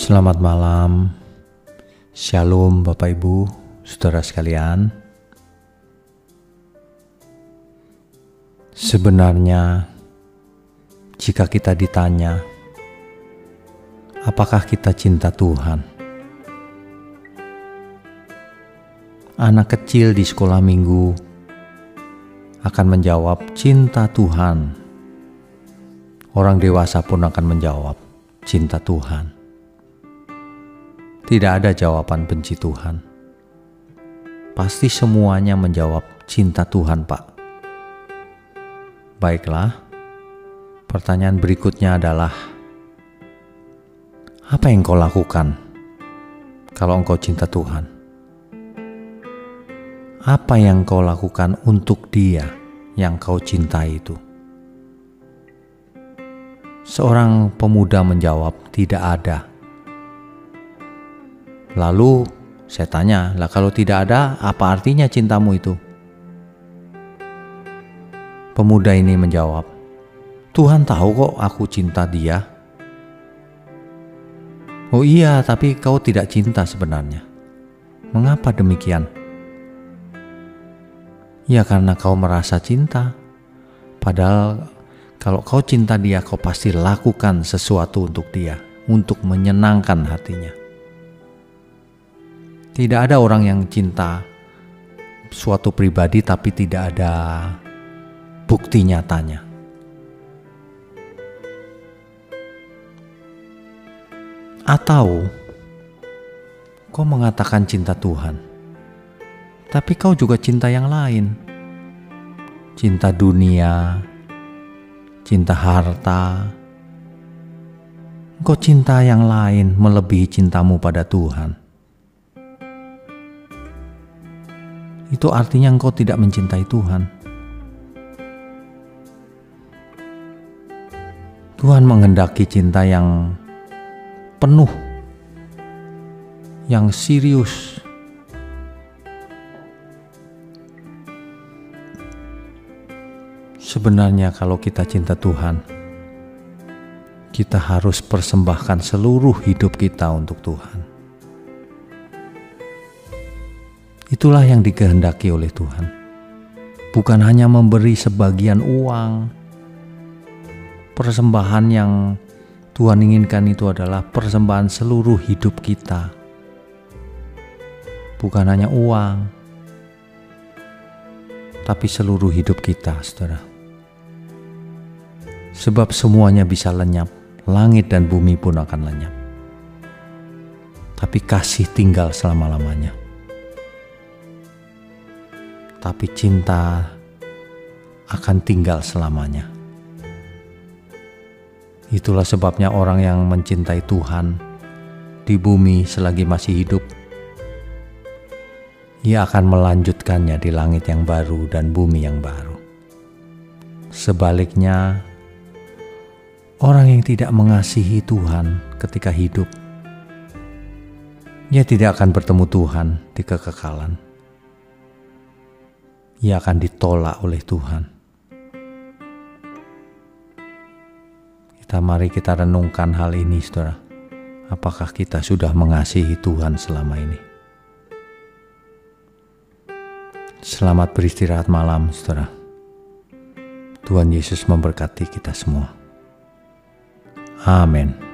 Selamat malam, Shalom Bapak Ibu, Saudara sekalian. Sebenarnya, jika kita ditanya, apakah kita cinta Tuhan? Anak kecil di sekolah minggu akan menjawab cinta Tuhan. Orang dewasa pun akan menjawab cinta Tuhan. Tidak ada jawaban benci Tuhan. Pasti semuanya menjawab cinta Tuhan, Pak. Baiklah, pertanyaan berikutnya adalah, apa yang kau lakukan kalau engkau cinta Tuhan? Apa yang kau lakukan untuk Dia yang kau cintai itu? Seorang pemuda menjawab, tidak ada. Lalu saya tanya, lah kalau tidak ada, apa artinya cintamu itu? Pemuda ini menjawab, Tuhan tahu kok aku cinta Dia. Oh iya, tapi kau tidak cinta sebenarnya. Mengapa demikian? Ya karena kau merasa cinta. Padahal kalau kau cinta Dia, kau pasti lakukan sesuatu untuk Dia, untuk menyenangkan hatinya. Tidak ada orang yang cinta suatu pribadi tapi tidak ada bukti nyatanya. Atau kau mengatakan cinta Tuhan, tapi kau juga cinta yang lain. Cinta dunia, cinta harta. Kau cinta yang lain melebihi cintamu pada Tuhan. Itu artinya engkau tidak mencintai Tuhan. Tuhan menghendaki cinta yang penuh, yang serius. Sebenarnya kalau kita cinta Tuhan, kita harus persembahkan seluruh hidup kita untuk Tuhan. Itulah yang dikehendaki oleh Tuhan. Bukan hanya memberi sebagian uang. Persembahan yang Tuhan inginkan itu adalah persembahan seluruh hidup kita. Bukan hanya uang, tapi seluruh hidup kita, saudara. Sebab semuanya bisa lenyap, langit dan bumi pun akan lenyap. Tapi kasih tinggal selama-lamanya. Tapi cinta akan tinggal selamanya. Itulah sebabnya orang yang mencintai Tuhan di bumi selagi masih hidup, Ia akan melanjutkannya di langit yang baru dan bumi yang baru. Sebaliknya, orang yang tidak mengasihi Tuhan ketika hidup, ia tidak akan bertemu Tuhan di kekekalan. Ia akan ditolak oleh Tuhan. Mari kita renungkan hal ini, saudara. Apakah kita sudah mengasihi Tuhan selama ini? Selamat beristirahat malam, saudara. Tuhan Yesus memberkati kita semua. Amin.